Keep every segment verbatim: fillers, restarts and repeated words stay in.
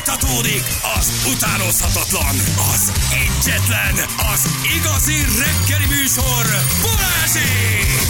Folytatódik az utánozhatatlan, az egyetlen, az igazi reggeli műsor, Balázsék!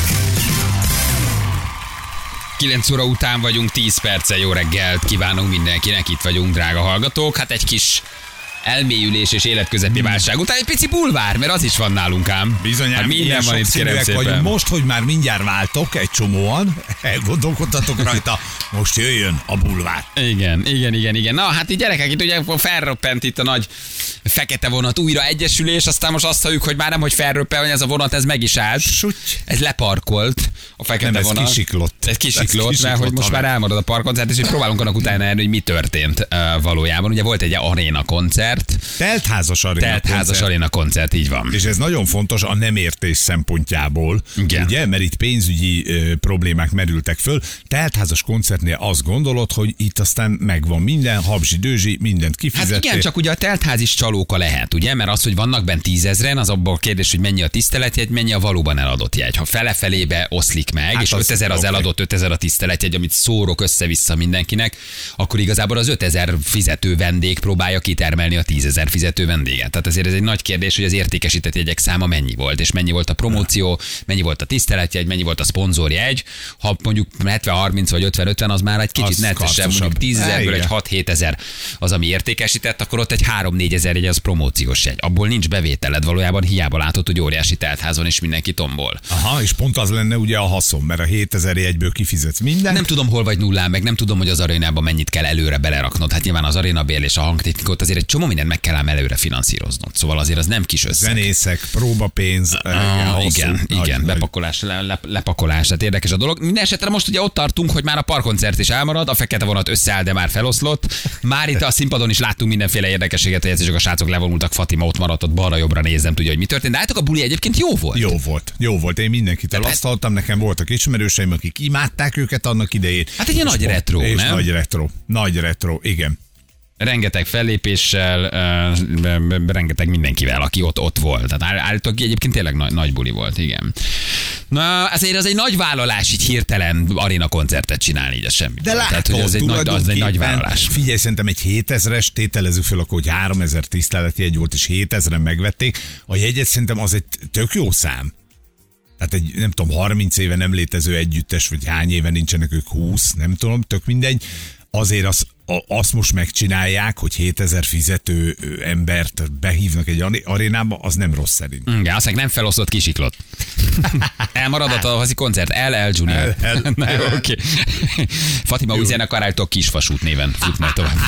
kilenc óra után vagyunk, tíz perccel jó reggelt kívánunk mindenkinek, itt vagyunk, drága hallgatók. Hát egy kis elmélyülés és életközepi válság után egy pici bulvár, mert az is van nálunk ám. Bizonyám, hát minden van itt, kérem szépen. Vagyunk. Most, hogy már mindjárt váltok egy csomóan, elgondolkodtatok rajta, most jöjjön a bulvár. Igen, igen, igen, igen. Na, hát így gyerekek, itt ugye felröppent itt a nagy fekete vonat újra egyesülés, aztán most azt halljuk, hogy már nem, hogy felröppen, hogy ez a vonat, ez meg is állt. Suty. Ez leparkolt, a fekete nem, ez vonat. Kisiklott. Ez kisiklott, mert hogy most már elmarad a parkkoncert, és hogy próbálunk annak utána erről, hogy mi történt uh, valójában. Ugye volt egy aréna koncert. Teltházas aréna koncert. Teltházas aréna koncert, így van. És ez nagyon fontos a nem értés szempontjából, igen. Ugye, mert itt pénzügyi ö, problémák merültek föl. Teltházas koncertnél azt gondolod, hogy itt aztán megvan minden, habzsi-dőzsi, mindent kifizettél. Hát igen, csak ugye a teltház is csalóka lehet, ugye? Mert az, hogy vannak bent tízezren, az abban a kérdés, hogy mennyi a tiszteletjegy, mennyi a valóban eladott jegy. Ha fele-felébe oszlik meg, hát és az ötezer az okay. eladott, ötezer a tiszteletjegy, amit szórok össze-vissza mindenkinek, akkor igazából az ötezer fizető vendég próbálja kitermelni a tízezer fizető vendéget. Tehát azért ez egy nagy kérdés, hogy az értékesített jegyek száma mennyi volt, és mennyi volt a promóció, mennyi volt a tiszteletjegy, mennyi volt a szponzorjegy. Ha mondjuk hetven harminc vagy ötven ötven, az már egy kicsit neccesebb, mondjuk tízezerből egy hat-hét ezer az, ami értékesített, akkor ott egy három-négy ezer jegy az promóciós jegy. Abból nincs bevételed, valójában hiába látod, hogy óriási teltházon és mindenki tombol. Aha, és pont az lenne ugye a haszon, mert a hétezer jegyből kifizetsz mindent. Nem tudom, hol vagy nullán, meg nem tudom, hogy az arénában mennyit kell előre beleraknod. Hát nyilván az arénabér és a hangtechnikot azért egy csomó mindent meg kell ám előre finanszíroznod. Szóval azért az nem kis összeg. Zenészek, próbapénz, ah, igen, igen, nagy, igen, nagy. bepakolás, le, le, lepakolás, tehát érdekes a dolog. Minden esetre most ugye ott tartunk, hogy már a parkkoncert is elmarad, a fekete vonat összeáll, de már feloszlott. Már itt a színpadon is láttunk mindenféle érdekességet, hogy ezek a srácok levonultak, Fatima ott maradt, ott balra-jobbra nézem, tudja, hogy mi történt. De álltok, a buli egyébként jó volt. Jó volt, jó volt. Én mindenkitől de azt hallottam, nekem voltak ismerőseim, akik imádták őket annak idején. Hát egy ilyen nagy retro, és nem? Nagy retro, nagy retro, igen. Rengeteg fellépéssel, uh, rengeteg mindenkivel, aki ott, ott volt. Tehát állítólag egyébként tényleg nagy, nagy buli volt, igen. Na, azért az egy nagy vállalás, így hirtelen aréna koncertet csinálni, így az semmi. De látod, tehát, hogy az egy, nagy, az egy nagy vállalás. Figyelj, szerintem egy hétezres, tételezzük föl, akkor, hogy háromezer tiszteletjegy volt, és hétezren megvették. A jegyet szerintem az egy tök jó szám. Tehát egy, nem tudom, harminc éve nem létező együttes, vagy hány éve nincsenek ők húsz, nem tudom, tök mindegy. Azért az, azt most megcsinálják, hogy hétezer fizető embert behívnak egy arénába, az nem rossz szerint. Igen, azt nem felosztott, kisiklott. Elmaradott a hazi koncert. El, el, Junior. El, el, Na, jó, oké. Okay. Fatima új zenekarálltól Kisvasút néven fut majd tovább.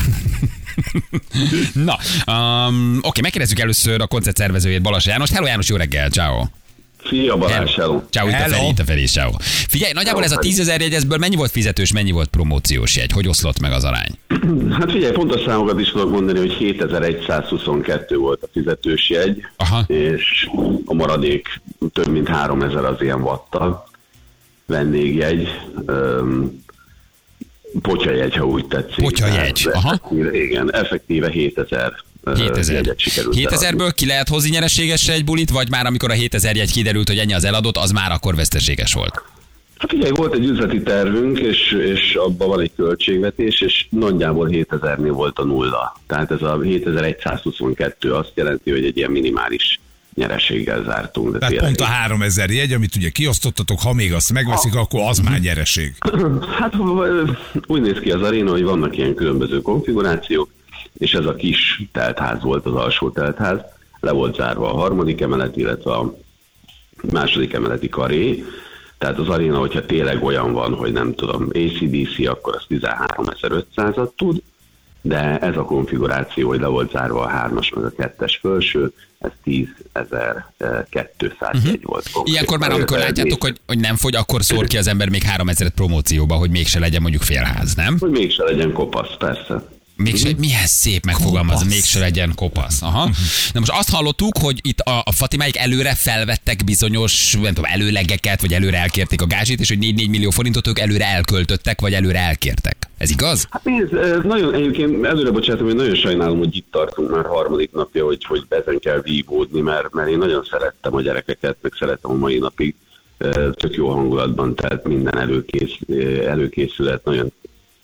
Na, um, oké, okay, megkérdezzük először a koncert szervezőjét, Balázs János. Hello János, jó reggel, ciao. Szia Balázs, hello. Ciao, itt a Feri, itt a Feri, ciao. Figyelj, nagyjából ez a tízezer jegy, ezből mennyi volt fizetős, mennyi volt promóciós jegy? Hogy oszlott meg az arány? Hát figyelj, pontos számokat is tudok mondani, hogy hétezer-egyszázhuszonkettő volt a fizetős jegy, aha. És a maradék több mint háromezer az ilyen vatta vendégjegy. Um, Potyajegy, ha úgy tetszik. Potyajegy, aha. Effektíve, igen, effektíve hétezer. hétezer. hétezerből ki lehet hozni nyereségesre egy bulit, vagy már amikor a hétezer jegy kiderült, hogy ennyi az eladott, az már akkor veszteséges volt? Hát ugye volt egy üzleti tervünk, és, és abban van egy költségvetés, és nagyjából hétezernél volt a nulla. Tehát ez a hétezer-egyszázhuszonkettő azt jelenti, hogy egy ilyen minimális nyereséggel zártunk. De Tehát tényleg pont a háromezer jegy, amit ugye kiosztottatok, ha még azt megveszik, a... akkor az már nyereség. Hát úgy néz ki az aréna, hogy vannak ilyen különböző konfigurációk, és ez a kis teltház volt, az alsó teltház, le volt zárva a harmadik emelet, illetve a második emeleti karé, tehát az aréna, hogyha tényleg olyan van, hogy nem tudom, á cé dé cé, akkor az tizenháromezer-ötszázat tud, de ez a konfiguráció, hogy le volt zárva a hármas meg a kettes felső, ez tízezer-kétszáz uh-huh. jegy volt. Ilyenkor már, amikor látjátok, hogy, hogy nem fogy, akkor szór ki az ember még háromezeret promócióba, hogy mégse legyen mondjuk félház, nem? Hogy mégse legyen kopasz, persze. Mégse, milyen szép megfogalmaz, mégse legyen kopasz. Aha. Na most azt hallottuk, hogy itt a, a Fatimáik előre felvettek bizonyos nem tudom, előlegeket, vagy előre elkérték a gázsit, és hogy négy-négy millió forintot ők előre elköltöttek, vagy előre elkértek. Ez igaz? Hát nézd, ez nagyon, egyébként előre bocsátom, hogy nagyon sajnálom, hogy itt tartunk már harmadik napja, hogy, hogy ezen kell vívódni, mert, mert én nagyon szerettem a gyerekeket, meg szerettem a mai napig. Tök jó hangulatban, tehát minden előkész, előkészület nagyon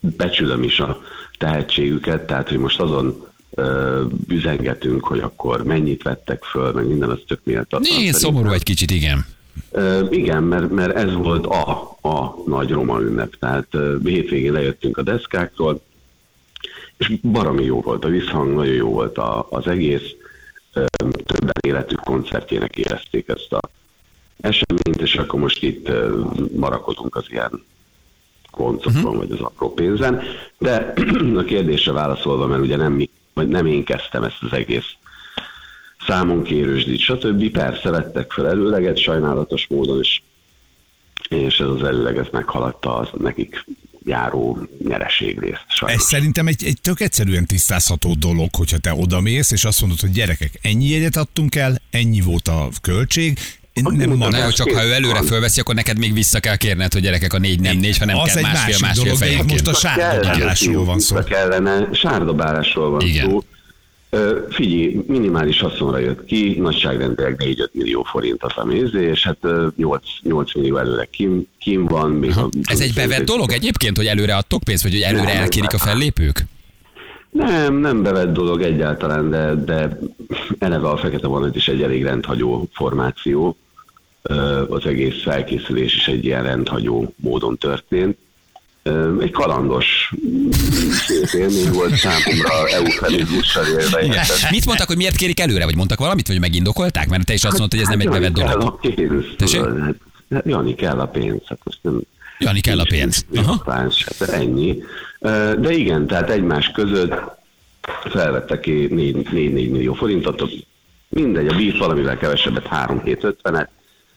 becsülöm is a tehetségüket, tehát hogy most azon ö, üzengetünk, hogy akkor mennyit vettek föl, meg minden az tök méltatlan. Né, szomorú egy kicsit, igen. Ö, igen, mert, mert ez volt a, a nagy roma ünnep, tehát ö, hétvégén lejöttünk a deszkáktól, és baromi jó volt a visszhang, nagyon jó volt a, az egész, ö, többen életük koncertjének érezték ezt a eseményt, és akkor most itt ö, marakodunk az ilyen koncokon, uh-huh. vagy az apró pénzen. De a kérdésre válaszolva, mert ugye nem, mi, vagy nem én kezdtem ezt az egész számonkérősdít, stb. Persze vettek fel előleget sajnálatos módon, és, és ez az előleg ez meghaladta az nekik járó nyereségrészt. Sajnos. Ez szerintem egy, egy tök egyszerűen tisztázható dolog, hogyha te odamész, és azt mondod, hogy gyerekek, ennyi jegyet adtunk el, ennyi volt a költség, nem mondom, csak ha ő előre fölveszi, akkor neked még vissza kell kérned, hogy gyerekek a négy nem négy, hanem kell másfél másfél fejekért. Most a sárdobálásról van szó. Kellene, sárdobálásról van igen. szó. Figyelj, minimális haszonra jött ki, nagyságrendileg négy-öt millió forint az a mézé, és hát nyolc millió előre kim, kim van. Még a, ez egy bevett dolog egyébként, hogy előre adtok pénzt, vagy hogy előre nem, elkérik a fellépők? Nem, nem bevett dolog egyáltalán, de, de eleve a Fekete Vonat is egy elég rendhagyó formáció. Az egész felkészülés is egy ilyen rendhagyó módon történt. Egy kalandos szép élmény volt számomra, eufemizmussal élve. Mit mondtak, hogy miért kérik előre? Vagy mondtak valamit, vagy megindokolták? Mert te is azt mondtad, hogy ez nem egy bevett dolog. Kell a pénz. Hát, Jani, kell a pénz. Hát most nem... Jani, kell a pénz. Aha. Hát ennyi. De igen, tehát egymás között felvettek négy millió forintot. Mindegy, a beat valamivel kevesebbet, három hét ötvenet.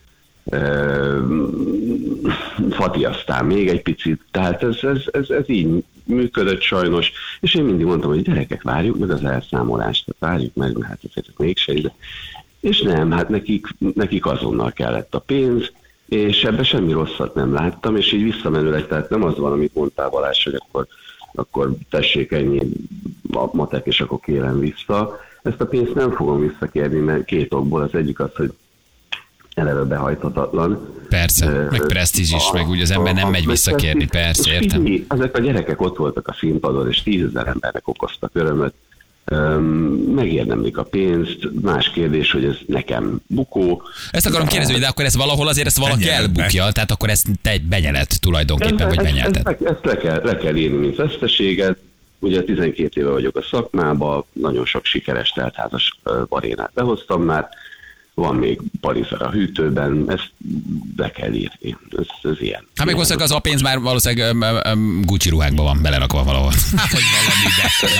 Fati aztán még egy picit, tehát ez, ez, ez, ez így működött sajnos, és én mindig mondtam, hogy gyerekek, várjuk meg az elszámolást, várjuk meg, hát ezért mégse ide. És nem, hát nekik, nekik azonnal kellett a pénz, és ebben semmi rosszat nem láttam, és így visszamenőleg, tehát nem az van, amit mondtál Balázs, hogy akkor, akkor tessék ennyi a matek, és akkor kérem vissza. Ezt a pénzt nem fogom visszakérni, mert két okból, az egyik az, hogy eleve behajthatatlan. Persze, uh, meg presztízs is, a, meg úgy az ember nem megy visszakérni, persze, értem. Így, ezek a gyerekek ott voltak a színpadon, és tízezer embernek okoztak örömöt. Um, megérdemlik a pénzt, más kérdés, hogy ez nekem bukó. Ezt akarom kérdezni, hogy de akkor ez valahol azért ezt valaki elbukja, tehát akkor ezt te egy benyeled tulajdonképpen, ezt, vagy benyelted. Ezt, ezt le, kell, le kell írni, mint veszteséget. Ugye tizenkét éve vagyok a szakmában, nagyon sok sikeres teltházas arénát behoztam már, van még parizer a hűtőben, ezt be kell írni. Ez, ez ilyen. Hát még valószínűleg az a pénz már valószínűleg um, um, Gucci ruhákban van belerakva valahol. Hát, hogy valami,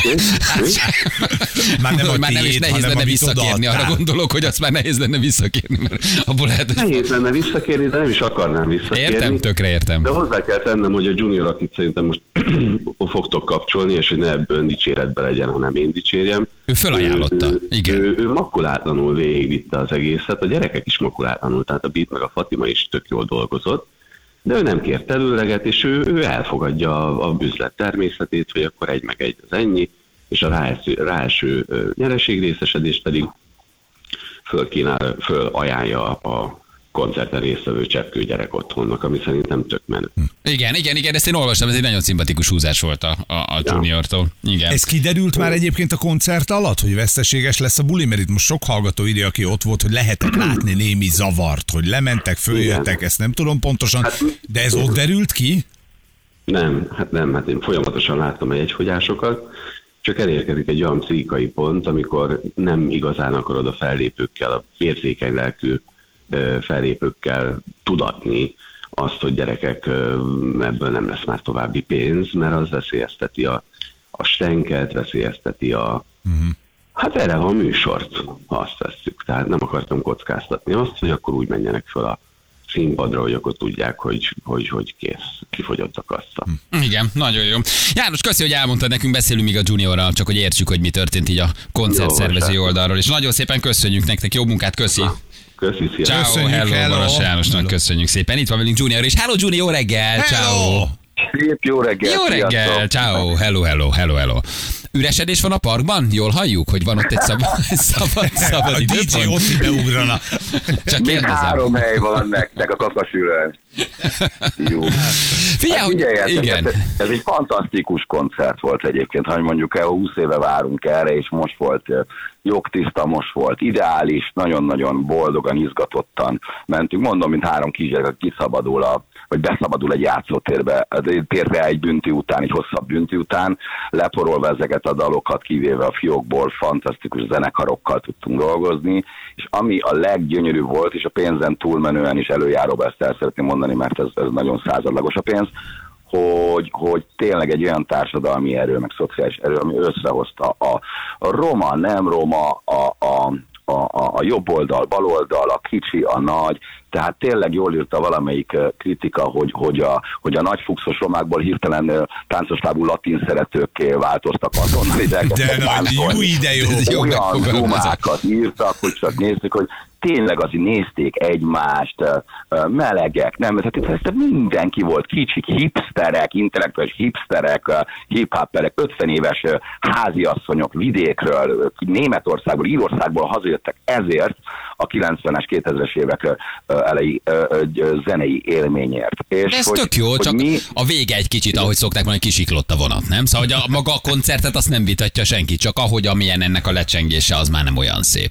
de... már nem, már nem is nehéz lenne visszakérni. Arra gondolok, hogy azt már nehéz lenne visszakérni, mert abból lehet... Nehéz lenne visszakérni, de nem is akarnám visszakérni. Értem, tökre értem. De hozzá kell tennem, hogy a Junior, akit szerintem most fogtok kapcsolni, és hogy ne ebből dicséretbe legyen, hanem én dicsérjem. Ő fölajánlotta, ő, igen. Ő, ő makulátlanul végigvitte az egészet, a gyerekek is makulátlanul, tehát a Beat meg a Fatima is tök jól dolgozott, de ő nem kért előleget, és ő, ő elfogadja a, a üzlet természetét, hogy akkor egy meg egy az ennyi, és a ráeső, ráeső nyereségrészesedést pedig fölkínál, fölajánlja a koncerten résztvevő cseppkő gyerek otthonnak, ami szerintem tök menő. Igen, igen, igen, ezt én olvastam, ez egy nagyon szimpatikus húzás volt a, a, a Juniortól. Igen. Ez kiderült már egyébként a koncert alatt, hogy veszteséges lesz a buli, mert itt most sok hallgató ide, aki ott volt, hogy lehetett látni némi zavart, hogy lementek, följöttek, igen. Ezt nem tudom pontosan, de ez ott derült ki? Nem, hát nem, hát én folyamatosan láttam a jegyfogyásokat, csak elérkezik egy olyan pszichikai pont, amikor nem igazán akarod a fellépőkkel, a érzékeny lelkű fellépőkkel tudatni azt, hogy gyerekek, ebből nem lesz már további pénz, mert az veszélyezteti a, a stenket, veszélyezteti a, uh-huh. hát erre a műsort, ha azt vesszük. Tehát nem akartam kockáztatni azt, hogy akkor úgy menjenek fel a színpadra, hogy akkor tudják, hogy, hogy, hogy kész, kifogyott a kassa. Igen, nagyon jó. János, köszi, hogy elmondtad nekünk, beszélünk még a Juniorral, csak hogy értsük, hogy mi történt így a koncertszervező oldalról, és nagyon szépen köszönjük nektek, jó munkát, köszi! Na. Köszi, szia. Ciao, hello, hello. Baras Jánosnak hello. Köszönjük szépen. Itt van velünk Junior, és hello Junior, jó reggel, ciao. Szép jó reggel. Jó reggel, ciao, hello, hello, hello, hello. Üresedés van a parkban? Jól halljuk, hogy van ott egy szab- szabad, szabad A dé dzsé időpont? Oszi beugrana. Csak Még kérdezem. három hely van nektek a kakasülön. Jó. Figyelj, hogy Figyeljetek, igen. Ez, ez egy fantasztikus koncert volt egyébként, ha mondjuk el, húsz éve várunk erre, és most volt eh, jogtiszta, most volt ideális, nagyon-nagyon boldogan, izgatottan mentünk. Mondom, mint három kisgyerek, aki kiszabadul a vagy beszabadul egy játszótérbe, térre egy bünti után, egy hosszabb bünti után, leporolva ezeket a dalokat, kivéve a fiókból, fantasztikus zenekarokkal tudtunk dolgozni, és ami a leggyönyörűbb volt, és a pénzen túlmenően is előjáróba ezt el szeretném mondani, mert ez, ez nagyon századlagos a pénz, hogy, hogy tényleg egy olyan társadalmi erő, meg szociális erő, ami összehozta a, a roma, nem roma, a, a A, a, a jobb oldal, bal oldal, a kicsi, a nagy, tehát tényleg jól írta valamelyik uh, kritika, hogy, hogy, a, hogy a nagy fuxos romákból hirtelen uh, táncoslábú latin szeretőkké változtak azonnal ide. De nagy, jó ide jó. Olyan dumákat írtak, hogy csak néztük, hogy tényleg azért nézték egymást, melegek, nem, tehát ezt mindenki volt, kicsik, hipsterek, intellektuális hipsterek, hip-hopperek, ötven éves háziasszonyok vidékről, Németországból, Írországból hazajöttek ezért a kilencvenes, kétezres évek elejé zenei élményért. És Ez hogy, tök jó, hogy csak mi... a vége egy kicsit, ahogy szokták mondani, kisiklott a vonat, nem? Szóval, hogy a maga a koncertet azt nem vitatja senki, csak ahogy amilyen ennek a lecsengése, az már nem olyan szép.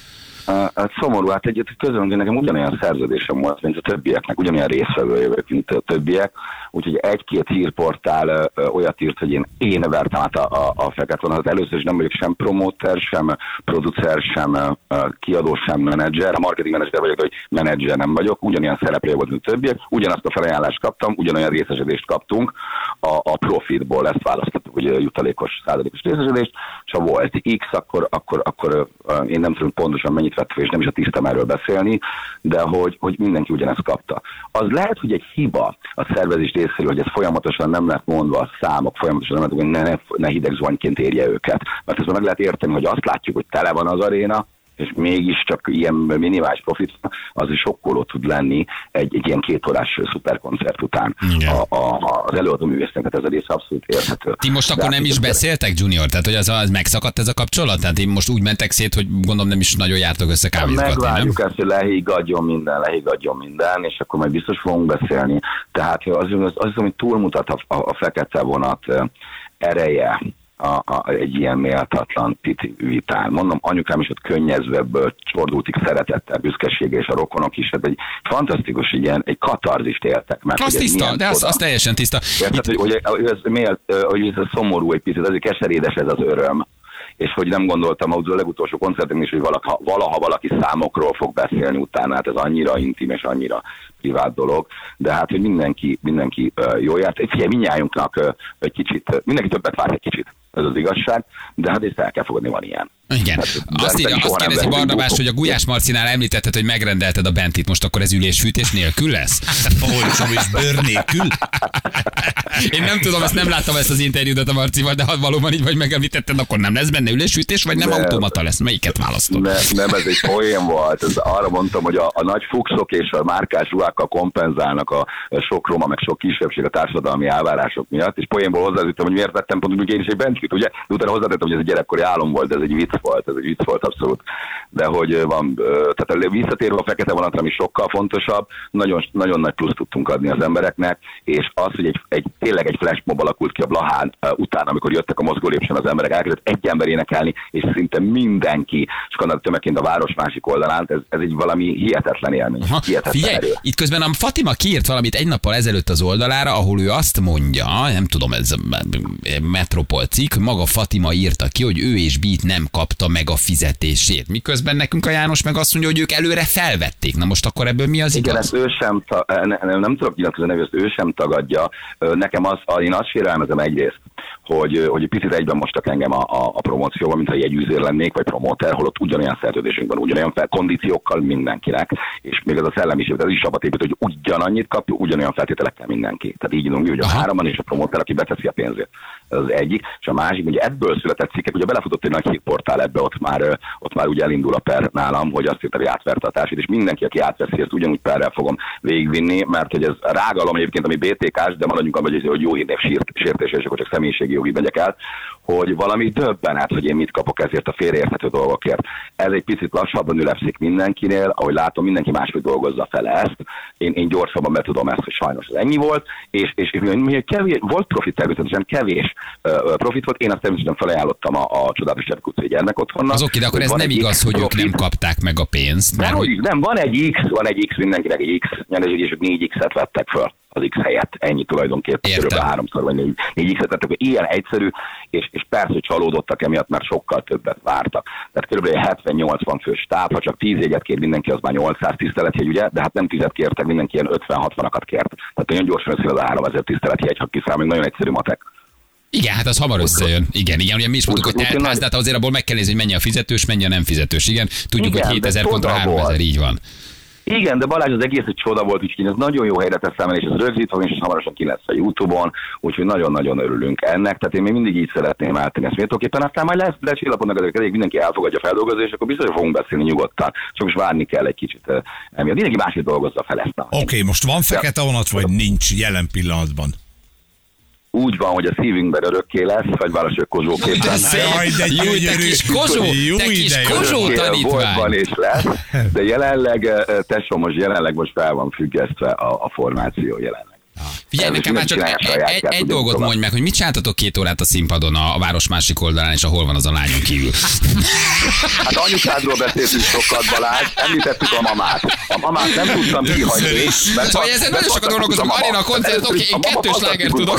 Uh, szomorú, hát egyet közönként nekem ugyanolyan szerződésem volt, mint a többieknek, ugyanolyan részvevője vagyok, mint a többiek, úgyhogy egy-két hírportál uh, olyat írt, hogy én, én vertem át a, a, a fekete vonatot. Először is nem vagyok sem promóter, sem producer, sem uh, kiadó, sem menedzser, a marketing menedzser vagyok, hogy menedzser nem vagyok, ugyanolyan szereplője volt, mint a többiek, ugyanazt a felajánlást kaptam, ugyanolyan részesedést kaptunk a, a profitból, ezt választottuk, ugye jutalékos, százalékos részesedést, és ha volt X, akkor, akkor, akkor uh, én nem tudom pontosan mennyit vett fel, és nem is a tisztem erről beszélni, de hogy, hogy mindenki ugyanezt kapta. Az lehet, hogy egy hiba a szervezés részéről, hogy ez folyamatosan nem lett mondva, a számok folyamatosan nem lett, hogy ne, ne, ne hideg zuhanyként érje őket. Mert ezt meg lehet érteni, hogy azt látjuk, hogy tele van az aréna, és mégiscsak ilyen minimális profit, az is sokkoló tud lenni egy, egy ilyen kétórás szuperkoncert után. A, a, az előadó művésznek, ez a rész abszolút érthető. Ti most akkor nem is beszéltek, Junior? Tehát, hogy az, az megszakadt ez a kapcsolat? Tehát én most úgy mentek szét, hogy gondolom nem is nagyon jártok össze kávézgatni, nem? Megvárjuk ezt, hogy lehiggadjon minden, lehiggadjon minden, és akkor majd biztos fogunk beszélni. Tehát az, az, az hogy túlmutat a, a, a fekete vonat ereje, A, a, egy ilyen méltatlan piti vitán. Mondom, anyukám is ott könnyezve csordultik szeretettel, büszkeséggel, és a rokonok is. Hát egy fantasztikus, ilyen, egy katarzist éltek meg. Az tiszta, de az, az teljesen tiszta. Érted, hogy, hogy, hogy, ez mélt, hogy ez szomorú egy picit, azért keserédes ez az öröm. És hogy nem gondoltam a legutolsó koncerten is, hogy valaha, valaha valaki számokról fog beszélni utána, hát ez annyira intim és annyira privát dolog, de hát, hogy mindenki, mindenki uh, jól járt. Figyelj, mindnyájunknak uh, egy kicsit, mindenki többet vár egy kicsit, ez az igazság, de hát ezt el kell fogadni, van ilyen. Igen. Hát, azt, írja, azt kérdezi Barnabás, hogy a Gulyás Marcinál említetted, hogy megrendelted a bentit, most akkor ez ülés-fűtés nélkül lesz? Olcsom és bőr nélkül. Én nem tudom, ezt nem láttam ezt az interjúdat a Marcival, de ha valóban így vagy megemlítetted, akkor nem lesz benne ülésfűtés, vagy nem, nem automata lesz? Melyiket választod? Ne, nem, ez egy poén volt. Ez arra mondtam, hogy a, a nagy fuxok és a márkás ruhákkal kompenzálnak a, a sok roma, meg sok kisebbség a társadalmi elvárások miatt, és poénból hozzáütöm, hogy miért vettem pont, hogy én is egy bentit, ugye? De utána hozzátettem, hogy ez egy gyerekkori álom volt, de ez egy vicc volt, ez egy vicc volt abszolút. De hogy van, tehát visszatérve a fekete vonatra, ami sokkal fontosabb, nagyon, nagyon nagy plusz tudtunk adni az embereknek, és az, hogy egy, egy tényleg egy flashmob alakult ki a Blahán után, amikor jöttek a mozgólépcsőn az emberek, elkezdett egy ember énekelni, és szinte mindenki skandál tömegként a város másik oldalán, ez, ez egy valami hihetetlen élmény. Hihetetlen Figyelj, erő. itt közben a Fatima kiírt valamit egy nappal ezelőtt az oldalára, ahol ő azt mondja, nem tudom, ez Metropol cikk, maga Fatima írta ki, hogy ő és Beat nem kapta meg a fizetését. Miközben nekünk a János meg azt mondja, hogy ők előre felvették. Na most akkor ebből mi az Igen, igaz? ezt ő sem, ta, nem, nem tudok nyilatkozni, hogy ezt ő sem tagadja. Nekem az, én azt sérelmezem egyrészt, hogy, hogy picit egyben mostak engem a, a, a promócióban, mintha jegyűzér lennék, vagy promóter, holott ugyanolyan szerződésünk van, ugyanolyan fel, kondíciókkal mindenkinek, és még az a szellemiség, ez is csapatépítő, hogy ugyanannyit kap, ugyanolyan feltételekkel mindenki. Tehát így indulunk, hogy a hároman és a promóter, aki beteszi a pénzét. Ez az egyik, és a másik, ugye ebből született cikkek, ugye belefutott egy nagy hírportál ebbe, ott már, ott már ugye elindul a per nálam, hogy azt írta, hogy átverte a társít, és mindenki, aki átveszi, ezt ugyanúgy perrel fogom végigvinni, mert hogy ez rágalom egyébként, ami bé té ká-s, de maradjunk abban, hogy jó hírnév sért, sértés, és akkor csak személy személyiségi jogig megyek el, hogy valami döbbenet, hogy én mit kapok ezért a félreérthető dolgokért. Ez egy picit lassabban ülepszik mindenkinél, ahogy látom, mindenki máshogy dolgozza fel ezt. Én, én gyorsabban betudom ezt, hogy sajnos ez ennyi volt, és, és, és kevés, volt profit természetesen, kevés uh, profit volt, én azt természetesen felajánlottam a, a csodálatos Zsebk utcai gyermekotthonnak. Az oké, de akkor ez nem igaz, hogy ők nem kapták meg a pénzt. Mert hogy... Nem, van egy X, van egy X, mindenkinek egy X, és ők négy X-et vettek föl az X helyett. Ennyi tulajdonképpen, körülbelül háromszor vagy négy, négy X-et vettek, ilyen egyszerű, és, és persze, hogy csalódottak emiatt, mert sokkal többet vártak. Tehát körülbelül hetven-nyolcvan fős stáb, ha csak tíz jegyet kér mindenki, az már nyolcszáz tiszteletjegy, ugye, de hát nem tízet kértek, mindenki ilyen ötven-hatvanakat kért. Tehát nagyon gyorsan összejön az a háromezer tiszteletjegy, ha kiszámoljuk, nagyon egyszerű matek. Igen, hát az hamar összejön. Igen, igen, ugye mi is mondtuk, hogy teltház, de hát azért abból meg kell nézni, hogy mennyi a fizetős, mennyi a nem fizetős. Igen, tudjuk, igen, hogy hétezer kontra háromezer, így van. Igen, de Balázs, az egész egy csoda volt, úgyhogy ez nagyon jó helyre teszem el, és ez rögzítve, és hamarosan ki lesz a YouTube-on, úgyhogy nagyon-nagyon örülünk ennek, tehát én még mindig így szeretném áttenni ezt méltóképpen, aztán majd lesz, lesz csillapodnak ezek elég, mindenki elfogadja a feldolgozást, és akkor biztos, hogy fogunk beszélni nyugodtan, csak most várni kell egy kicsit emiatt. Mindenki máshogy dolgozza fel ezt. Oké, okay, most van fekete vonat, vagy nincs jelen pillanatban? Úgy van, hogy a szívünkben örökké lesz, vagy válaszok kozsóképpen. De szép, de jó, te kis kozsó, te kis kozsó tanítvány. Van és lesz, de jelenleg, tesó, most jelenleg most fel van függesztve a, a formáció jelenleg. Figyelj, nekem már csak egy, egy, egy dolgot mondj meg, hogy mit csináltatok két órát a színpadon a, a város másik oldalán, és ahol van az a lányon kívül? Hát anyukádról beszéltünk sokat, Balázs, említettük a mamát. A mamát nem tudtam kihagyni. Szóval ezzel nagyon sokat dolgozom, Arina a koncert, oké, én kettős láger tudok.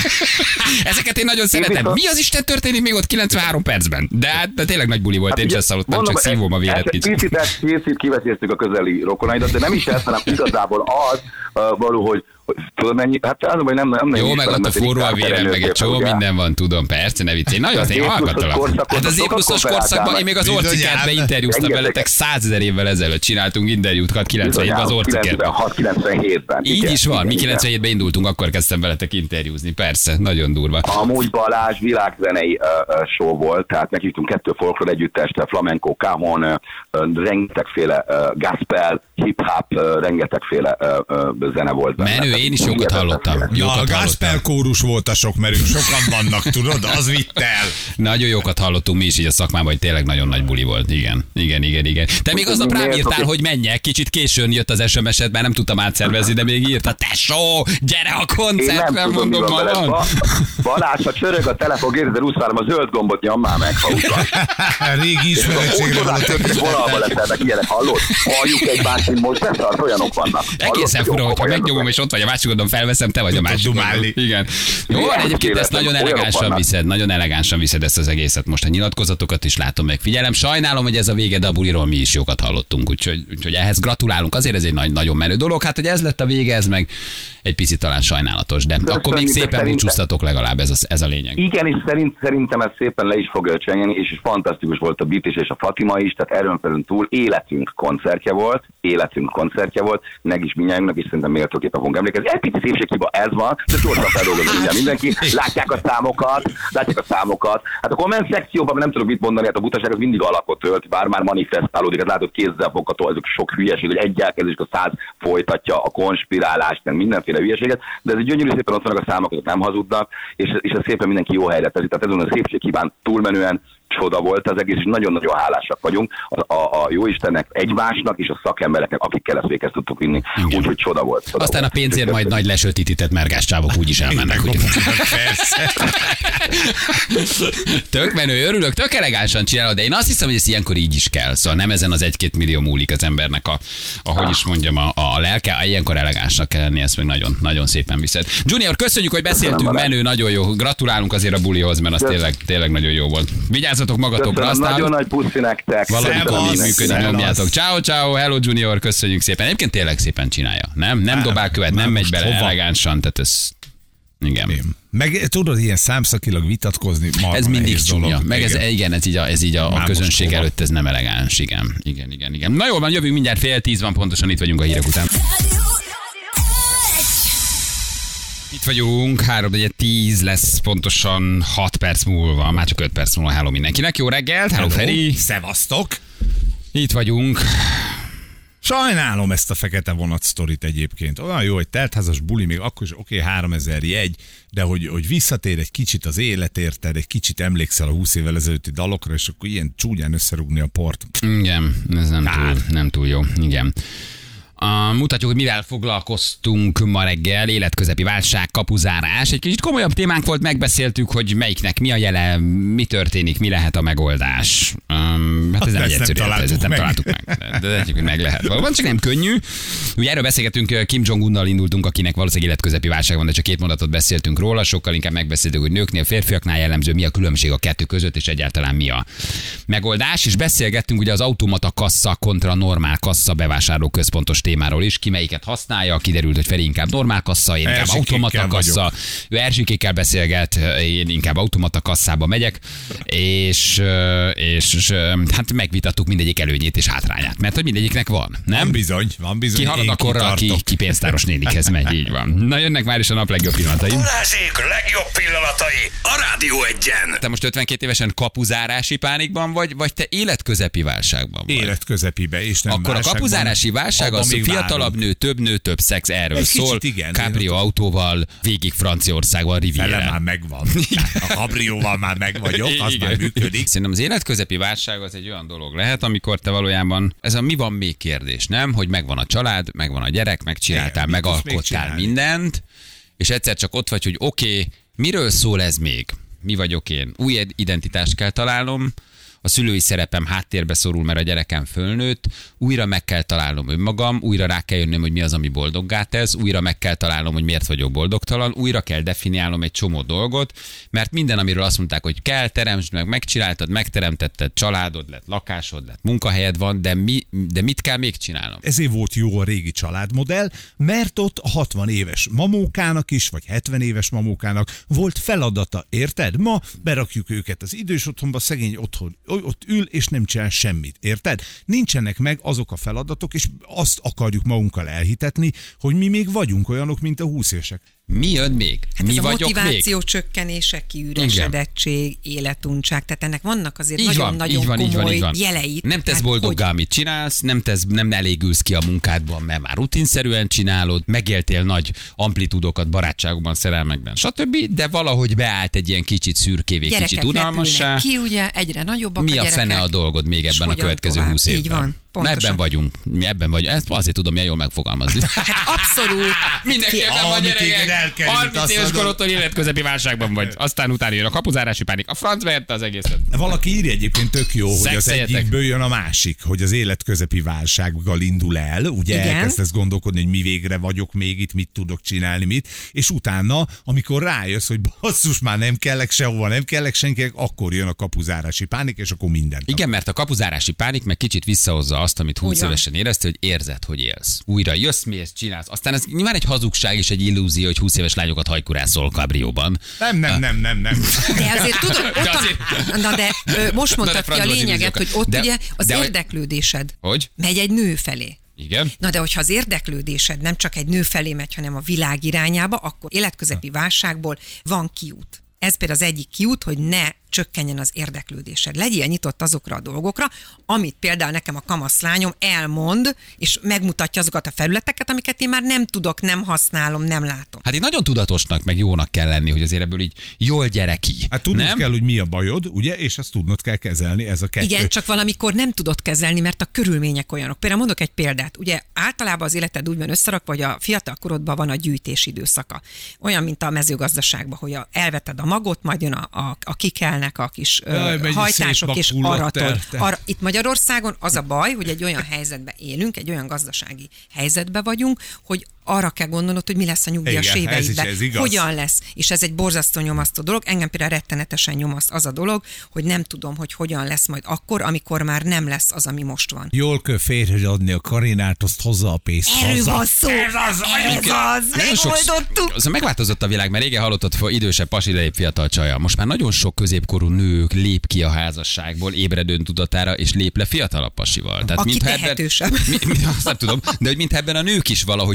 Ezeket én nagyon szeretem. Mi az Isten történik még ott kilencvenhárom percben? De, de tényleg nagy buli volt, én sem szaludtam, csak szívom a véret kicsit. Picit kiveszéztük a közeli rokonaidat, de nem is ezt, hanem igazából az való, hogy tudod mennyi? Hát az, hogy nem, nem jó, meg ott a forró a vérem, meg egy csomó minden van, tudom, persze, ne viccelj. Nagyon én hallgattalak. Hát az épuszos korszakban én még az Orcikertbe interjúztam veletek százezer évvel ezelőtt csináltunk interjúkat kilencvenhétben az Orcikerben. kilencvenhat kilencvenhétben. Így is van, mi kilencvenhétben indultunk, akkor kezdtem veletek interjúzni, persze, nagyon durva. Amúgy Balázs világzenei show volt, tehát meghívtunk kettő folklór együttest, flamenco, cajon, rengetegféle gospel, hip-hop, rengetegféle zene volt benne. Én is jókat hallottam. Jókat Na, a gospel kórus volt a sok, mert ők sokan vannak, tudod, az vitt el. Nagyon jókat hallottunk mi is így a szakmában, hogy tényleg nagyon nagy buli volt. Igen, igen, igen, igen. Te még aznap rám írtál, hogy menjek, kicsit későn jött az es em es-ed, mert nem tudtam átszervezni, de még írta, tesó, gyere a koncertre, mondom, ma van. Balázs, ha csörög a telefon, kétezer-huszonhárom a zöld gombot nyom már meg, ha utal. Régi ismeretségre volt. Vonalba leszelnek ilyenek, hallod? Halljuk egymást, mint most betart, olyanok vannak. Egészen fura, hogyha megnyomom, és ott vagy a másik oldalon, felveszem, te vagy a másik oldalon. Igen. Jó, van, egyébként ezt nagyon elegánsan viszed, nagyon elegánsan viszed ezt az egészet. Most a nyilatkozatokat is látom, meg figyelem. Sajnálom, hogy ez a vége, de a buliról mi is jókat hallottunk, úgyhogy, úgyhogy ehhez gratulálunk. Azért ez egy nagy, nagyon menő dolog. Hát, hogy ez lett a vége, ez meg egy picit talán sajnálatos, de, de akkor még szépen búcsúztatok legalább, ez a, ez a lényeg. Igen, és szerint, szerintem ez szépen le is fog csengeni, és is fantasztikus volt a Beat is, és a Fatima is, tehát erőn felül túl életünk koncertje volt, életünk koncertje volt, meg is mindjárt, és szerintem méltóképpen fogunk emlékezni. Egy picit szépséghiba ez van, de gyorsan feldolgozni mindjárt mindenki, látják a számokat, látják a számokat. Hát a komment szekcióban nem tudok mit mondani, hát a butaság az mindig alakot ölt, bár már manifestálódik, hát látod kézzel fogható, ezek sok hülyeség, hogy egy elkezdés, a száz folytatja a konspirálást, meg mindenféle hülyeséget, de ez egy gyönyörű, szépen ott vannak a számok, azok nem hazudnak, és, és ez szépen mindenki jó helyre teszi. Tehát ezen a szépséghibán túlmenően csoda volt az egész, és nagyon-nagyon hálásak vagyunk a, a, a jóistennek, egymásnak és a szakembereknek, akikkel ezt véghez tudtuk vinni. Úgyhogy csoda volt. Csoda Aztán volt. A pénzért majd nagy lesötítített mergás csávok úgyis elmennek. Persze. Tök menő, örülök, tök elegánsan csinálod, de én azt hiszem, hogy ez ilyenkor így is kell. Szóval nem ezen az egy-két millió múlik az embernek a, ahogy is mondjam, a, a lelke, ilyenkor elegánsnak kell lenni, ezt meg nagyon, nagyon szépen viszed. Junior, köszönjük, hogy beszéltünk, menő, nagyon jó. Gratulálunk azért a bulihoz, mert az tényleg, tényleg nagyon jó volt. Vigyázzatok magatokra, aztán nagyon nagy puszi nektek. Valamit működik, nyomjátok. Ciao, ciao, hello Junior, köszönjük szépen. Egyébként tényleg szépen csinálja. Nem, nem dobál követ, nem, nem megy bele hova? Elegánsan, tehát ez... Igen. Én. Meg tudod, ilyen számszakilag vitatkozni, ez mindig csúnya. Meg ez, igen, ez így a, ez így a, a közönség előtt, ez nem elegáns. Igen, igen, igen, igen. Na jól van, jövünk mindjárt fél tíz van, pontosan itt vagyunk a hírek után. Itt vagyunk, három negyven tíz lesz pontosan hat perc múlva, már csak öt perc múlva. Hello mindenkinek, jó reggelt, hello, hello Feri. Szevasztok. Itt vagyunk. Sajnálom ezt a fekete vonat sztorit egyébként. Olyan jó, hogy teltházas buli, még akkor is oké, okay, háromezer jegy, de hogy, hogy visszatér egy kicsit az élet, érted, egy kicsit emlékszel a húsz évvel ezelőtti dalokra, és akkor ilyen csúnyán összerúgni a port. Igen, ez nem túl, nem túl jó. Igen. Uh, mutatjuk, hogy mivel foglalkoztunk ma reggel, életközepi válság, kapuzárás. Egy kicsit komolyabb témánk volt, megbeszéltük, hogy melyiknek mi a jele, mi történik, mi lehet a megoldás. Um, hát ez nem egy egyszerű, ez nem találtuk meg. De, de egyébként meg lehet. Valóban csak nem könnyű. Ugye erről beszélgetünk, Kim Jong-unnal indultunk, akinek valószínűleg életközepi válság van, de csak két mondatot beszéltünk róla, sokkal inkább megbeszéltük, hogy nőknél, férfiaknál jellemző, mi a különbség a kettő között, és egyáltalán mi a megoldás. És beszélgettünk ugye az automata kassa kontra normál kassa bevásárló központos témáról is, ki melyiket használja, kiderült, hogy Feri inkább normál kassa, én inkább automata kassa. Ő Erzsikékkel beszélget, én inkább automata kasszába megyek, és, és, és hát megvitattuk mindegyik előnyét és hátrányát, mert hogy mindegyiknek van, nem? Van bizony, van bizony. Ki halad akkorra, aki ki pénztáros nénikhez megy, így van. Na jönnek már is a nap legjobb pillanatai. Balázsék legjobb pillanatai a Rádió Egyen. Te most ötvenkét évesen kapuzárási pánikban vagy, vagy te életközepi válságban vagy? Életközepibe, és nem akkor válságban. A kapuzárási válság az, hogy fiatalabb nő, több nő, több szex, erről egy szól. Kicsit, igen. Cabrio autóval, végig Franciaországban, Riviera. Fele már megvan. A Cabrióval már megvagyok, az igen. már működik. Szerintem az életközepi válság az egy olyan dolog lehet, amikor te valójában, ez a mi van még kérdés, nem? Hogy megvan a család, megvan a gyerek, megcsináltál, igen, megalkottál mindent, és egyszer csak ott vagy, hogy oké, okay, miről szól ez még? Mi vagyok én? Új identitást kell találnom, a szülői szerepem háttérbe szorul, mert a gyerekem fölnőtt, újra meg kell találnom önmagam, újra rá kell jönnöm, hogy mi az, ami boldoggá tesz, újra meg kell találnom, hogy miért vagyok boldogtalan, újra kell definiálnom egy csomó dolgot, mert minden, amiről azt mondták, hogy kell, teremtsd meg, megcsináltad, megteremtetted, családod lett, lakásod lett, munkahelyed van, de, mi, de mit kell még csinálnom? Ezért volt jó a régi családmodell, mert ott hatvan éves mamókának is, vagy hetven éves mamókának volt feladata, érted? Ma berakjuk őket az idős otthonba, szegény otthon, ott ül, és nem csinál semmit, érted? Nincsenek meg azok a feladatok, és azt akarjuk magunkkal elhitetni, hogy mi még vagyunk olyanok, mint a húsz évesek. Mi jön még? Hát mi ez a vagyok motiváció még? csökkenése, kiüresedettség, életuntság, tehát ennek vannak azért nagyon-nagyon komoly van, jeleit. Nem tesz hát, boldoggá, hogy... amit csinálsz, nem, tesz, nem elégülsz ki a munkádban, mert már rutinszerűen csinálod, megéltél nagy amplitúdokat barátságokban, szerelmekben, stb., de valahogy beállt egy ilyen kicsit szürkévé, kicsit unalmassá. Ki ugye, egyre nagyobbak mi a, a gyerekek. fene a dolgod még ebben a következő tovább. húsz évben? Így van. Pontosan. Ebben vagyunk. Mi ebben vagyunk. Ezt azért tudom, milyen jól megfogalmazni. Hát abszolút. Mindenki ebben van, gyerekek. harminc éves korodtól életközepi válságban vagy. Aztán utána jön a kapuzárási pánik. A franc vehette az egészet. Valaki írja egyébként tök jó, hogy az Szexeljetek. egyikből jön a másik, hogy az életközepi válsággal indul el, ugye Igen. elkezdesz gondolkodni, hogy mi végre vagyok még itt, mit tudok csinálni, mit, és utána, amikor rájössz, hogy basszus, már nem kellek sehova, nem kellek senkinek, akkor jön a kapuzárási pánik, és akkor minden. Igen, mert a kapuzárási pánik meg kicsit visszahozza azt, amit húsz évesen éreztél, hogy érzed, hogy élsz. Újra jössz, mész, csinálsz. Aztán ez nyilván egy hazugság és egy illúzió, hogy húsz éves lányokat hajkurászol kabrióban. Nem, nem, nem, nem, nem. De azért tudod, ott De a, azért- na de ö, most Na de mondtad ki a francba az lényeget, hogy illúziókat. ott De- ugye az de hogy- érdeklődésed Hogy? megy egy nő felé. Igen. Na de hogyha az érdeklődésed nem csak egy nő felé megy, hanem a világ irányába, akkor életközepi válságból van kiút. Ez például az egyik kiút, hogy ne csökkenjen az érdeklődésed. Legyél nyitott azokra a dolgokra, amit például nekem a kamaszlányom elmond, és megmutatja azokat a felületeket, amiket én már nem tudok, nem használom, nem látom. Hát itt nagyon tudatosnak, meg jónak kell lenni, hogy azért ebből így jól gyereki. Hát tudnod nem? kell, hogy mi a bajod, ugye, és azt tudnod kell kezelni, ez a kettő. Igen, csak valamikor nem tudod kezelni, mert a körülmények olyanok. Például mondok egy példát. Ugye általában az életed úgy van összerakva, hogy a fiatal korodban van a gyűjtés időszaka. Olyan, mint a mezőgazdaságban, hogy a, elveted a magot, majd jön a, a, a kikelnek a kis Jaj, ö, megy hajtások, szép és makullat aratod. terte. Ar, itt Magyarországon az a baj, hogy egy olyan helyzetben élünk, egy olyan gazdasági helyzetben vagyunk, hogy arra kell gondolnod, hogy mi lesz a nyugdíjas Igen, ez éveidben. is- ez igaz. Hogyan lesz. És ez egy borzasztó nyomasztó dolog. Engem például rettenetesen nyomaszt az a dolog, hogy nem tudom, hogy hogyan lesz majd akkor, amikor már nem lesz az, ami most van. Jól kell férhez adni a Karinát, azt hozza a pénzt. Erről haza. van szó! Ez az! Ez az! Nagyon sok- Megoldottuk! Az megváltozott a világ, mert régen hallottad, hogy idősebb pasi lép fiatal csaja. Most már nagyon sok középkorú nő lép ki a házasságból ébredőn tudatára, és lép le fiatalabb pasival. Tehát Aki mintha tehetősebb. Ebben, mi, mi, azt nem tudom, de hogy mintha ebben a nők is valahogy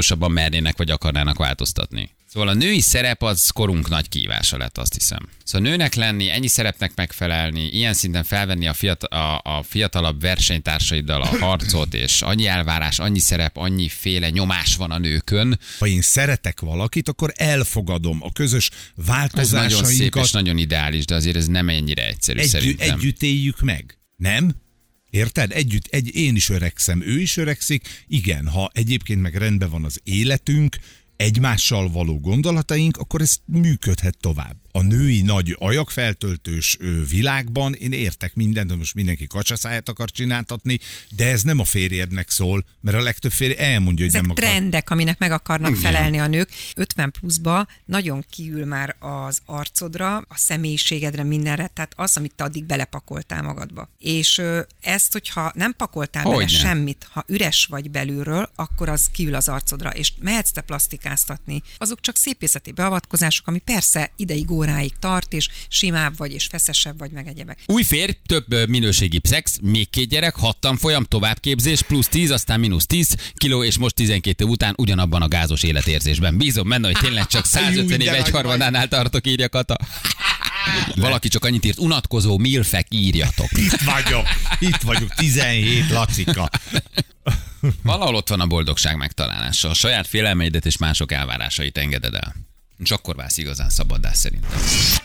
ambiciózusabban mernének vagy akarnának változtatni. Szóval a női szerep az korunk nagy kihívása lett, azt hiszem. Szóval nőnek lenni, ennyi szerepnek megfelelni, ilyen szinten felvenni a, fiatal, a, a fiatalabb versenytársaiddal a harcot, és annyi elvárás, annyi szerep, annyi féle nyomás van a nőkön. Ha én szeretek valakit, akkor elfogadom a közös Ez változásainkat. nagyon szép és nagyon ideális, de azért ez nem ennyire egyszerű Egy, szerintem. együtt éljük meg, nem? Érted? Együtt, egy, én is öregszem, ő is öregszik. Igen, ha egyébként meg rendben van az életünk, egymással való gondolataink, akkor ez működhet tovább. A női nagy ajakfeltöltős világban én értek mindent, hogy most mindenki kacsaszáját akar csináltatni, de ez nem a férjednek szól, mert a legtöbb férj elmondja, hogy Ezek nem akar. trendek, aminek meg akarnak felelni a nők. ötven pluszba nagyon kiül már az arcodra, a személyiségedre, mindenre, tehát az, amit te addig belepakoltál magadba. És ö, ezt, hogyha nem pakoltál Hogyne. bele semmit, ha üres vagy belülről, akkor az kiül az arcodra, és mehetsz te plastikáztatni. Azok csak szépészeti beavatkozások, ami persze ideig óráig tart, és simább vagy, és feszesebb vagy, meg egyebek. Új férj, több minőségi szex, még két gyerek, hat tanfolyam, továbbképzés, plusz tíz, aztán mínusz tíz kiló, és most tizenkét év után ugyanabban a gázos életérzésben. Bízom benne, hogy tényleg csak százötven év egyharmadánál tartok, írja Kata. Valaki csak annyit írt, unatkozó milfek, írjatok. Itt vagyok, itt vagyok, tizenhét, Lacika. Valahol ott van a boldogság megtalálása. A saját félelmeidet és mások elvárásait engeded el. És akkor válsz igazán szabaddá szerintem.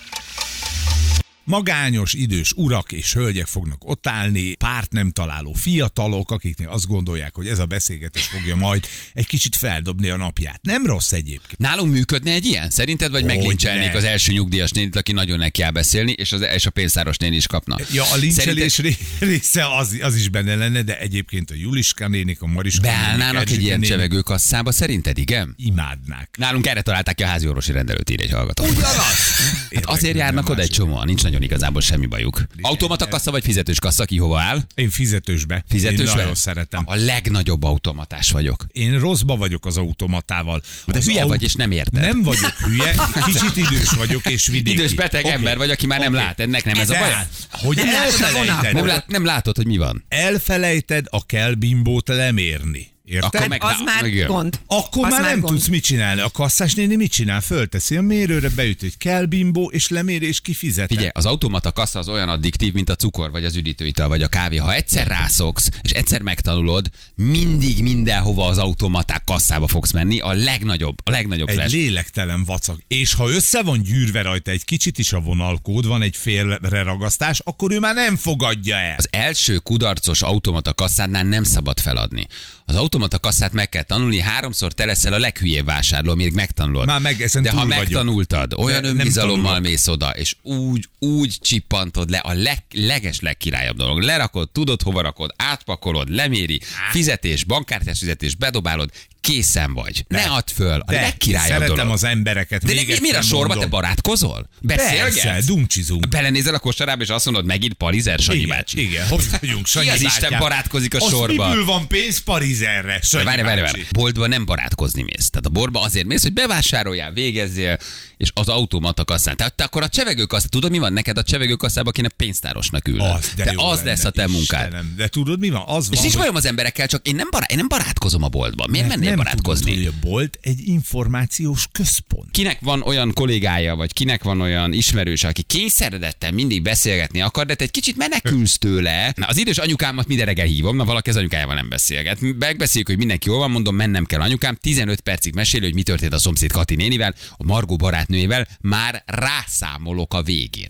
Magányos, idős urak és hölgyek fognak ott állni, párt nem találó fiatalok, akiknél azt gondolják, hogy ez a beszélgetés fogja majd egy kicsit feldobni a napját. Nem rossz egyébként. Nálunk működne egy ilyen, szerinted? Vagy Hogy meglincselnék ne. az első nyugdíjas nénit, aki nagyon neki áll beszélni, és, az, és a pénztáros néni is kapna? Ja, a lincselés Szerinted része az, az is benne lenne, de egyébként a Juliska nénik, a Mariska nénik, beállnának egy Erzsike ilyen nénik csevegőkasszába, szerinted igen? imádnák. Nálunk erre találták ki a házi orvosi rendelőt, ír egy hallgató. Ugyanaz! Hát azért járnak oda egy csomóan, nincs nagyon igazából semmi bajuk. Automata kassa vagy fizetős kassa, ki hova áll? Én fizetősbe. Fizetősbe? Én nagyon szeretem. A legnagyobb automatás vagyok. Én rosszba vagyok az automatával. De Az hülye au- vagy, és nem érted. Nem vagyok hülye, kicsit idős vagyok, és vidéki. Idős beteg Oké. ember vagy, aki már nem Oké. lát. Ennek nem ez a De baj. hát, hogy Nem látod a elfelejted, Nem, lát, nem látod, hogy mi van. elfelejted a kell bimbót lemérni. Érted? Akkor meg- Az már igen. gond. Akkor Az már nem gond. tudsz mit csinálni. A kasszás néni mit csinál? Fölteszi a mérőre, beüt, hogy kell bimbó, és lemér, és kifizet. Figyelj, az automata kassa az olyan addiktív, mint a cukor, vagy az üdítőital, vagy a kávé. Ha egyszer rászoksz, és egyszer megtanulod, mindig mindenhova az automaták kasszába fogsz menni, a legnagyobb, a legnagyobb Egy flash. lélektelen vacak. És ha össze van gyűrve rajta egy kicsit is a vonalkód, van egy félre ragasztás, akkor ő már nem fogadja el. Az első kudarcos automata kasszádnál nem szabad feladni. Az automata kasszát meg kell tanulni, háromszor te leszel a leghülyébb vásárló, amíg megtanulod. Már meg ezen De ha túl vagyok. megtanultad, olyan De nem önbizalommal tanulok. mész oda, és úgy, úgy csippantod le a leg, leges legkirályabb dolog. Lerakod, tudod hova rakod, átpakolod, leméri, fizetés, bankkártyás fizetés, bedobálod, készen vagy. Ne add föl, a De legkirályabb szeretem dolog. az embereket. De még mi, mire egyszer sorba, te mondom. barátkozol? Persze, Beszélgetsz? dumcsizunk. Belenézel a kosarába, és azt mondod, megint Parizer, Sanyi Igen, bácsi. igen, hogy vagyunk, Sanyi Ki az bátyám? Isten barátkozik a Az sorba? miből van pénz Parizerre, Sanyi Várj, várj, bácsi? várj. Boltba nem barátkozni mész. Tehát a boltba azért mész, hogy bevásároljál, végezzél, és az automata kasszán. Tehát te akkor a csevegőkasszá, tudod mi van neked a csevegőkasszában, kéne pénztárosnak ülnöd. Az, de te jó az lenne, lesz a te munkád. Istenem. De tudod mi van? Az van, És nincs hogy- bajom az emberekkel, csak én nem, bará- én nem barátkozom a boltban. Miért mert mennél nem barátkozni? Tudod, hogy a bolt egy információs központ. Kinek van olyan kollégája, vagy kinek van olyan ismerős, aki kényszeredettel mindig beszélgetni akar, de te egy kicsit menekülsz tőle. Na, az idős anyukámat minden reggel hívom, na valaki az anyukájával nem beszélget. Megbeszéljük, hogy mindenki jól van, mondom, mennem kell anyukám, tizenöt percig mesél, hogy mi történt a szomszéd Kati nénivel, a Margó barátnőjével, már rászámolok a végén.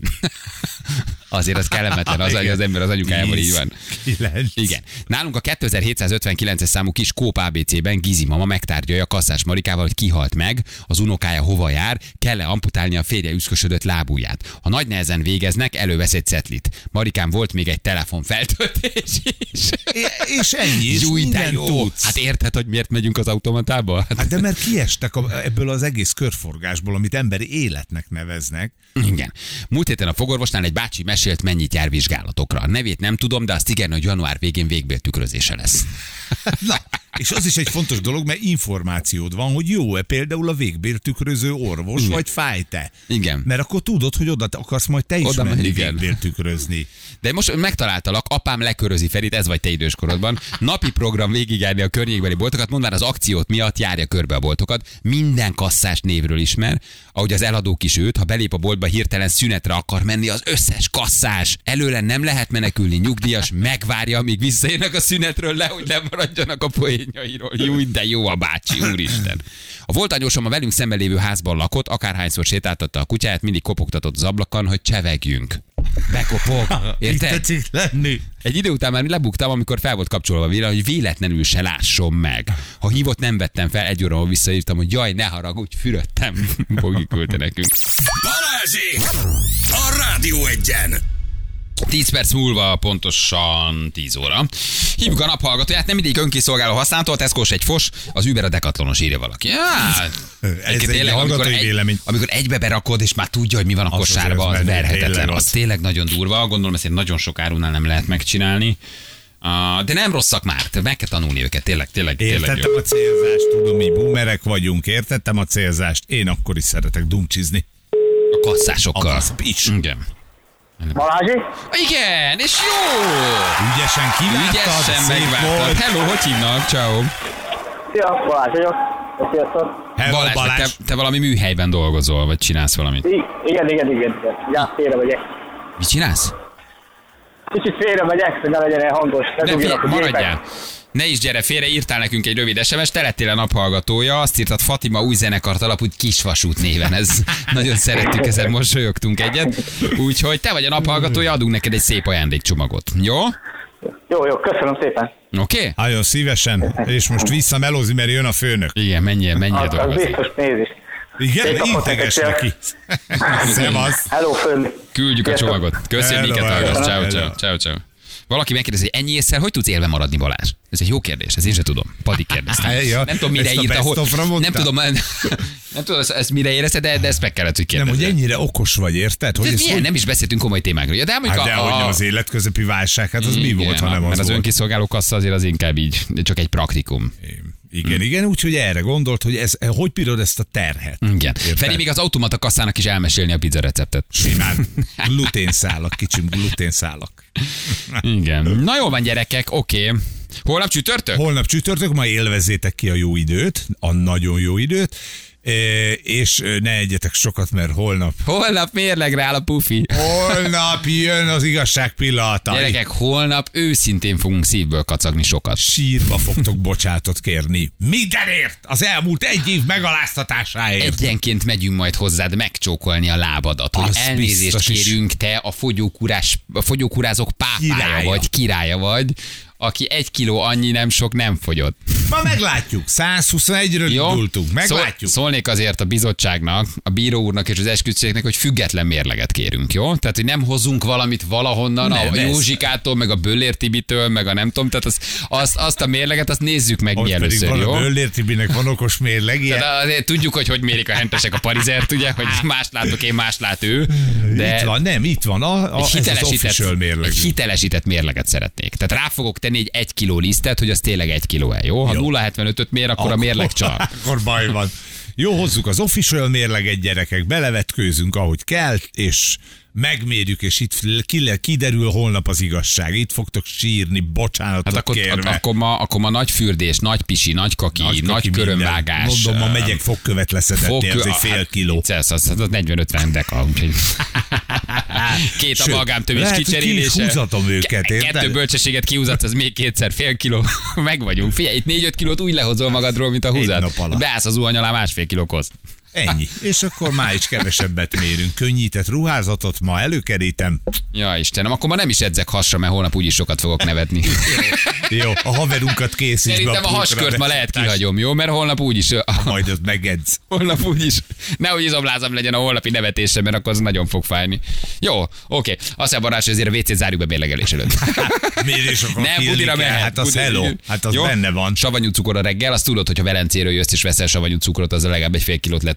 Azért az kellemetlen, az, hogy az ember az anyukájával így van. kilenc. Igen. Nálunk a kétezer-hétszázötvenkilences számú kis Kóp á bé cében Gizi mama megtárgyalja Kasszás Marikával, hogy kihalt meg, az unokája hova jár, kell-e amputálni a férje üszkösödött lábujját. Ha nagy nehezen végeznek, elővesz egy cetlit. Marikám, volt még egy telefonfeltöltés is. É- és ennyi, és Júj, de mindent jó. tudsz. Hát érted, hogy miért megyünk az automatába? Hát de mert kiestek a, ebből az egész körforgásból, amit emberi életnek neveznek. Igen. Múlt héten a fogorvosnál egy bácsi mesélt, mennyit jár vizsgálatokra. A nevét nem tudom, de azt igen, hogy január végén végbéltükrözése lesz. Na, és az is egy fontos dolog, mert információd van, hogy jó-e például a végbéltükröző orvos, Igen. vagy fáj-te. Igen. Mert akkor tudod, hogy oda akarsz majd te is Oda menni igen. végbéltükrözni. De most megtaláltalak, apám lekörözi Ferit, ez vagy te időskorodban. Napi program végigjárni a környékbeli boltokat, mondván az akciót miatt járja körbe a boltokat. Minden kasszás névről ismer, ahogy az eladók is őt, ha belép a boltba, hirtelen szünetre akar menni az összes kasszás. Előle nem lehet menekülni, nyugdíjas, megvárja, amíg visszaérnek a szünetről le, hogy nem maradjanak a poénjairól. Jó, de jó a bácsi, úristen. A volt anyósom a velünk szemben lévő házban lakott, akárhányszor sétáltatta a kutyáját, mindig kopogtatott az ablakon, hogy csevegjünk. Bekopog. Érted? Egy idő után már lebuktam, amikor fel volt kapcsolva a villany, hogy véletlenül se lásson meg. Ha hívott, nem vettem fel, egy óra visszaírtam, hogy jaj, ne haragudj, fürödtem. Bogi küldte nekünk. Balázsék! A Rádió Egyen! tíz perc múlva pontosan tíz óra. Hívjuk a naphallgatóját, nem mindig önkiszolgáló használható, a Tesco-s egy fos, az Uber a Decathlonos, írja valaki. Ja, ez egy tényleg, amikor, egy, amikor egybe berakod, és már tudja, hogy mi van a kosárban, az, az verhetetlen. Az tényleg nagyon durva. Gondolom, ezt nagyon sok árunál nem lehet megcsinálni. Uh, de nem rosszak már, meg kell tanulni őket, tényleg, tényleg. Értettem tényleg a célzást, tudom, mi boomerek vagyunk, értettem a célzást, én akkor is szeretek dumcsizni. A kasszásokkal. A is. Igen. Balázsi? Igen, és jó! Ügyesen kiváltad, Ügyesen megváltad. Hello, hogy hívnak? Ciao. Szia, Balázs vagyok. Sziasztok. Hello, Balázs, Balázs. Te, te valami műhelyben dolgozol, vagy csinálsz valamit? I- igen, igen, igen. Ja, félre megyek. Mit csinálsz? Kicsit félre megyek, hogy ne legyen ilyen hangos. Ne Ne, dugjanak fél, a maradjál. gépek. Ne is gyere félre, írtál nekünk egy rövid es em es, te lettél a naphallgatója, azt írtad Fatima új zenekart alapút Kisvasút néven, ez nagyon szerettük, ezen mosolyogtunk egyet. Úgyhogy te vagy a naphallgatója, adunk neked egy szép ajándékcsomagot. Jó? Jó, jó, köszönöm szépen. Oké? Okay? Nagyon szívesen, és most vissza melózni, mert jön a főnök. Igen, menjél, menjél Az, az dolgozni. biztos nézés. Igen, Szép napot integes nektek, neki. Szevasz. Hello, fönn. Küldjük a Sziasztok. csomagot. Köszönjük, Hello, minket hallgatsz. hello. Ciao, ciao, ciao, ciao. Valaki megkérdezi, hogy ennyi észsel, hogy tudsz élve maradni, Balázs? Ez egy jó kérdés, ez én sem tudom. Padi kérdeztem. Á, ja, Nem tudom, mire ezt a írta, best hogy... of-ra mondtál? Nem tudom, nem tudom, ezt, ezt mire érezted, de, de ezt meg kellett, hogy Nem, kérdezni. hogy ennyire okos vagy, érted? Hogy Ez ez milyen? hogy... Nem is beszéltünk komoly témákról. Ja, de mondjuk Hát de a, hogy a, az életközepi válság, hát az mi igen, volt, ha nem mert az az volt? önkiszolgáló kassa azért az inkább így, csak egy praktikum. Igen, igen, úgyhogy erre gondolt, hogy ez, hogy bírod ezt a terhet? Igen. Érted? Feri még az automata kasszának is elmesélni a pizza receptet. Simán. Gluténszálak, kicsim gluténszálak. Igen. Na jól van, gyerekek, oké. Okay. Holnap csütörtök? Holnap csütörtök, ma élvezzétek ki a jó időt, a nagyon jó időt, e, és ne egyetek sokat, mert holnap... Holnap mérlegre áll a pufi. Holnap jön az igazság pillanata. Gyerekek, holnap őszintén fogunk szívből kacagni sokat. Sírva fogtok bocsátot kérni. Mindenért! Az elmúlt egy év megaláztatásáért. Egyenként megyünk majd hozzád megcsókolni a lábadat, hogy Az elnézést biztos is. kérünk, te a fogyókúrás, a fogyókúrázók pápája Királya. vagy, királya vagy, aki egy kiló annyi nem sok nem fogyott. Ma meglátjuk. százhuszonegyről indultunk. Meglátjuk. Szól, szólnék azért a bizottságnak, a bíró úrnak és az esküdtségnek, hogy független mérleget kérünk, jó? Tehát, hogy nem hozunk valamit valahonnan, Nem, a ez- Józsikától, meg a Böllér Tibitől, meg a nem tudom, tehát az, azt, azt a mérleget, azt nézzük meg Ott mi pedig először, van jó? a Böllér Tibinek van okos mérlegje. Tehát azért tudjuk, hogy hogy mérik a hentesek a parizert, ugye, hogy más látok én, más lát ő, de Itt van, nem, itt van. A, a, egy ez az hitelesített, official mérleg. egy hitelesített mérleget szeretnék. Tehát rá fogok tenni egy egy kiló lisztet, hogy az tényleg egy kiló el, jó? Ha Jó. nulla hetvenötöt mér, akkor a mérleg csal. Akkor baj van. Jó, hozzuk az official mérleget, gyerekek, belevetkőzünk, ahogy kell, és megmérjük, és itt ki- kiderül holnap az igazság. Itt fogtok sírni, bocsánatot Hát akkor, kérve. akkor, ma, akkor ma nagy fürdés, nagy pisi, nagy kaki, nagy, nagy minden. körömvágás. Mondom, ma öm, megyek fogkövet leszedetni, ez egy fél kiló. Az, az, az negyven-ötven deka, úgyhogy két Sőt, amalgám tömés lehet, hogy ki is kicserélése. húzatom őket, Ke- érted? Kettő bölcsességet kiúzat, az még kétszer fél kiló. Meg vagyunk. Figyelj, itt négy-öt kilót úgy lehozol magadról, mint a Egy húzat. nap alatt. Beállsz az zuhany alá, másfél kilókhoz. Ennyi. És akkor már is kevesebbet mérünk. Könnyített ruházatot ma előkerítem. Ja, Istenem, akkor ma nem is edzek hasra, mert holnap úgyis sokat fogok nevetni. Jó, a haverunkat készíts be Szerintem a pultra, haskört ma de- lehet kihagyom, jó? Mert holnap úgyis... Majd ott megedz. Holnap úgyis. Nehogy izomlázam legyen a holnapi nevetésre, mert akkor az nagyon fog fájni. Jó, oké. Azt mondja Barás, hogy azért a vécét zárjuk be mérlegelés előtt. Miért akkor Nem, kilni budira kell? mehet. Hát az Budi- hello. Hát az Jó? benne van. Savanyú cukor a reggel, azt tudod, hogy ha Velencéről jössz és veszel savanyú cukrot, az legalább egy fél kilót le tud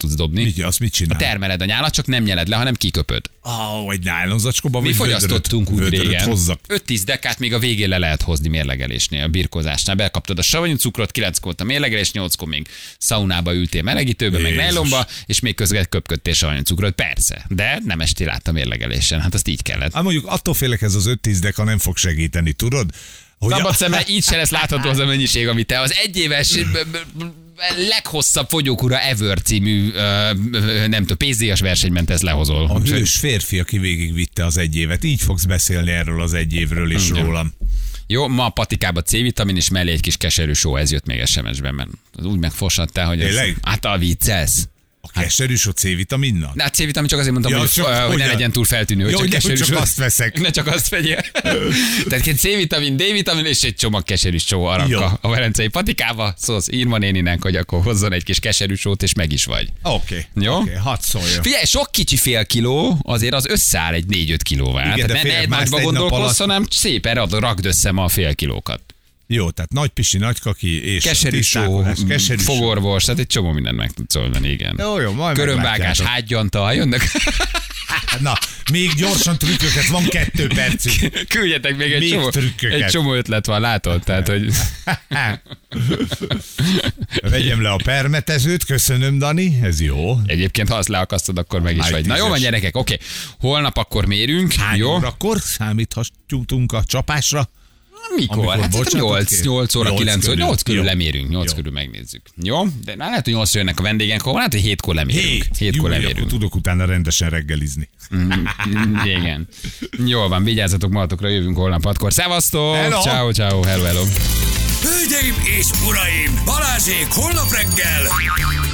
tudsz dobni. Mit, azt mit csinál? Termeled a nyálat, csak nem nyeled le, hanem kiköpöd. Ah, vagy nylonzacskóba, Mi vagy fogyasztottunk úgy vödröt régen. hozzak. öt-tíz dekát még a végén le lehet hozni mérlegelésnél, a birkózásnál. Bekaptad a savanyú cukrot, kilenckor volt a mérlegelés, nyolckor még szaunába ültél melegítőbe, meg Jézus. nejlomba, és még közben köpködtél savanyú cukrot. Persze, de nem estél át a mérlegelésen. Hát azt így kellett. Hát mondjuk attól félek, ez az öt-tíz deka nem fog segíteni, tudod? Hogy Szabad szemmel így se lesz látható az a mennyiség, amit te az egyéves b- b- leghosszabb fogyókúra ever című, ö, ö, nem tudom, pé zé es versenyben tesz lehozol. a hős férfi, aki végigvitte az egy évet. Így fogsz beszélni erről az egy évről és Igen. rólam. Jó, ma a patikába C-vitamin, és mellé egy kis keserű só, ez jött még es em es-ben, mert az úgy megfosadtál, hogy ez... Tényleg? Hát a viccelsz. A keserű só C-vitaminnal? De a C-vitamin csak azért mondtam, Ja, hogy, csak hogy, hogy ne hogyan? legyen túl feltűnő, hogy Jó, csak hogy keserű csak só. azt veszek. Ne csak azt vegyél. Tehát egy C-vitamin, D-vitamin és egy csomag keserű só aranka Jó. a velencei patikába. Szólsz írva néninek, hogy akkor hozzon egy kis keserű sót, és meg is vagy. Oké, Jó? oké, hadd szóljon. Figyelj, sok kicsi fél kiló, azért az összeáll egy négy-öt kilóvá. Igen, de Tehát ne, fél- ne már ezt nagyba egy nap gondolkozz, alatt- hanem szépen rad- rakd össze ma a fél kilókat. Jó, tehát nagy pisi, nagy kaki és Keserű só, tisztálkodás, keserű só. fogorvos, tehát egy csomó mindent meg tudsz oldani, igen. Jó, jó, majd Körömvágás, meglátjátok. hátgyanta, jönnek. Na, még gyorsan trükköket, van kettő percig. Küldjetek még egy Még csomó, trükköket. egy csomó ötlet van, látod? Tehát, hogy Vegyem le a permetezőt, köszönöm, Dani, ez jó. egyébként ha azt leakasztod, akkor meg is Már vagy. Na jó tízes. van, gyerekek, oké. Holnap akkor mérünk, Hány jó? órakor számíthatunk a csapásra? Mikor? Amikor, Hát bocsánatot nyolc, kér? nyolc óra, Nyolc kilenc óra, körül. nyolc körül Jó. lemérünk, nyolc Jó. körül megnézzük. Jó? De már lehet, hogy nyolc jönnek a vendégek, akkor lehet, hogy hétkor lemérünk. Hét. Hétkor Jó, lemérünk. akkor tudok utána rendesen reggelizni. Mm, igen. Jól van, vigyázzatok magatokra, jövünk holnap hatkor. Szevasztok! Hello! Ciao, ciao, hello, hello. Hölgyeim és uraim, Balázsék holnap reggel